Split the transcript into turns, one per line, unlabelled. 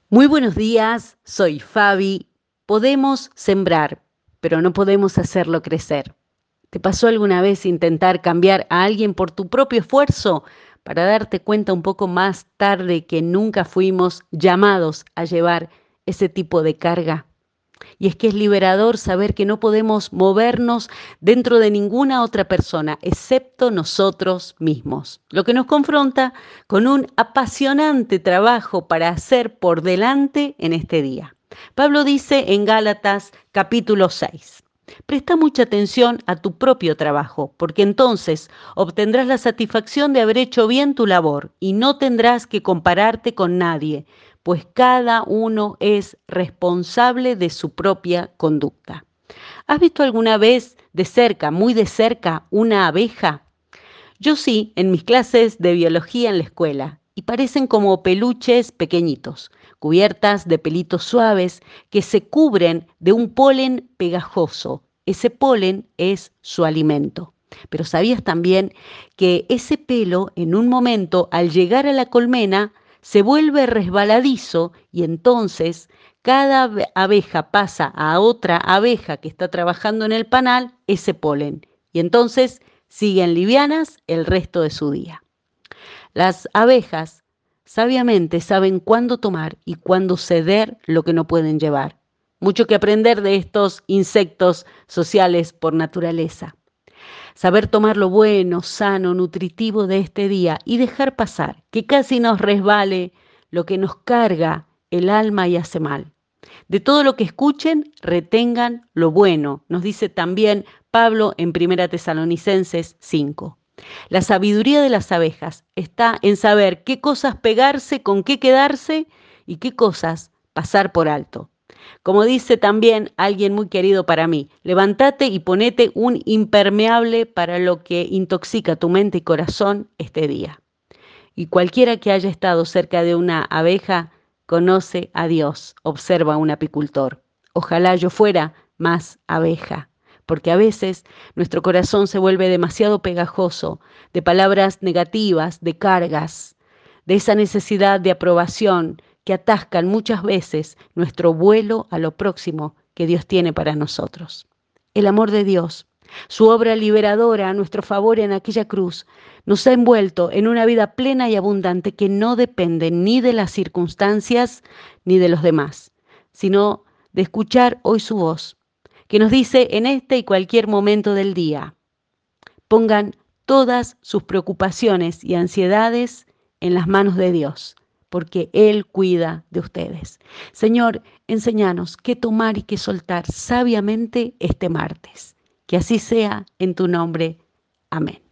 Muy buenos días, soy Fabi. Podemos sembrar, pero no podemos hacerlo crecer. ¿Te pasó alguna vez intentar cambiar a alguien por tu propio esfuerzo para darte cuenta un poco más tarde que nunca fuimos llamados a llevar ese tipo de carga? Y es que es liberador saber que no podemos movernos dentro de ninguna otra persona, excepto nosotros mismos. Lo que nos confronta con un apasionante trabajo para hacer por delante en este día. Pablo dice en Gálatas capítulo 6. Presta mucha atención a tu propio trabajo, porque entonces obtendrás la satisfacción de haber hecho bien tu labor y no tendrás que compararte con nadie, pues cada uno es responsable de su propia conducta. ¿Has visto alguna vez de cerca, muy de cerca, una abeja? Yo sí, en mis clases de biología en la escuela, y parecen como peluches pequeñitos, cubiertas de pelitos suaves que se cubren de un polen pegajoso. Ese polen es su alimento. Pero ¿sabías también que ese pelo en un momento al llegar a la colmena se vuelve resbaladizo y entonces cada abeja pasa a otra abeja que está trabajando en el panal ese polen y entonces siguen livianas el resto de su día? Las abejas sabiamente saben cuándo tomar y cuándo ceder lo que no pueden llevar. Mucho que aprender de estos insectos sociales por naturaleza. Saber tomar lo bueno, sano, nutritivo de este día y dejar pasar, que casi nos resbale lo que nos carga el alma y hace mal. De todo lo que escuchen, retengan lo bueno, nos dice también Pablo en 1 Tesalonicenses 5. La sabiduría de las abejas está en saber qué cosas pegarse, con qué quedarse y qué cosas pasar por alto. Como dice también alguien muy querido para mí, levántate y ponete un impermeable para lo que intoxica tu mente y corazón este día. Y cualquiera que haya estado cerca de una abeja conoce a Dios, observa a un apicultor. Ojalá yo fuera más abeja, porque a veces nuestro corazón se vuelve demasiado pegajoso de palabras negativas, de cargas, de esa necesidad de aprobación que atascan muchas veces nuestro vuelo a lo próximo que Dios tiene para nosotros. El amor de Dios, su obra liberadora a nuestro favor en aquella cruz, nos ha envuelto en una vida plena y abundante que no depende ni de las circunstancias ni de los demás, sino de escuchar hoy su voz, que nos dice en este y cualquier momento del día: pongan todas sus preocupaciones y ansiedades en las manos de Dios, porque Él cuida de ustedes. Señor, enséñanos qué tomar y qué soltar sabiamente este martes. Que así sea en tu nombre. Amén.